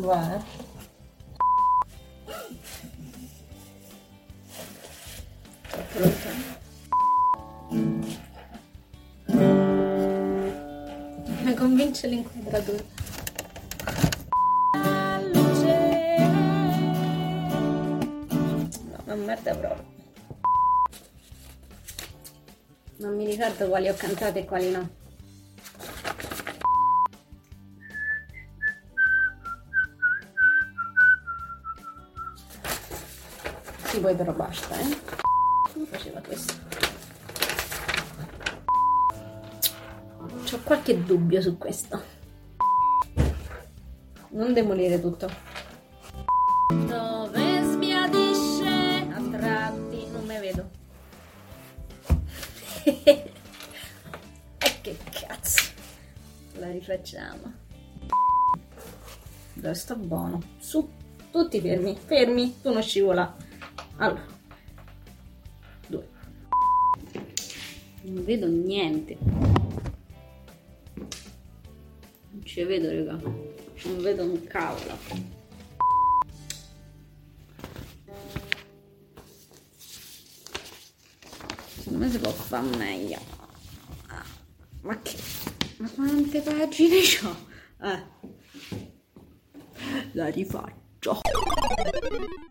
Va, Troppo lontano. Mi convince l'inquadratura. No, ma merda proprio. Non mi ricordo quali ho cantato e quali no. Sì, poi però basta, Come faceva questo? C'ho qualche dubbio su questo. Non demolire tutto. Dove sbiadisce a tratti, non me vedo. E che cazzo. La rifacciamo. Dove sta buono? Su, tutti fermi, fermi, tu non scivola. Allora, 2. Non vedo niente. Non ci vedo, raga. Non vedo un cavolo. Secondo me si può fare meglio. Ma quante pagine c'ho? La rifaccio.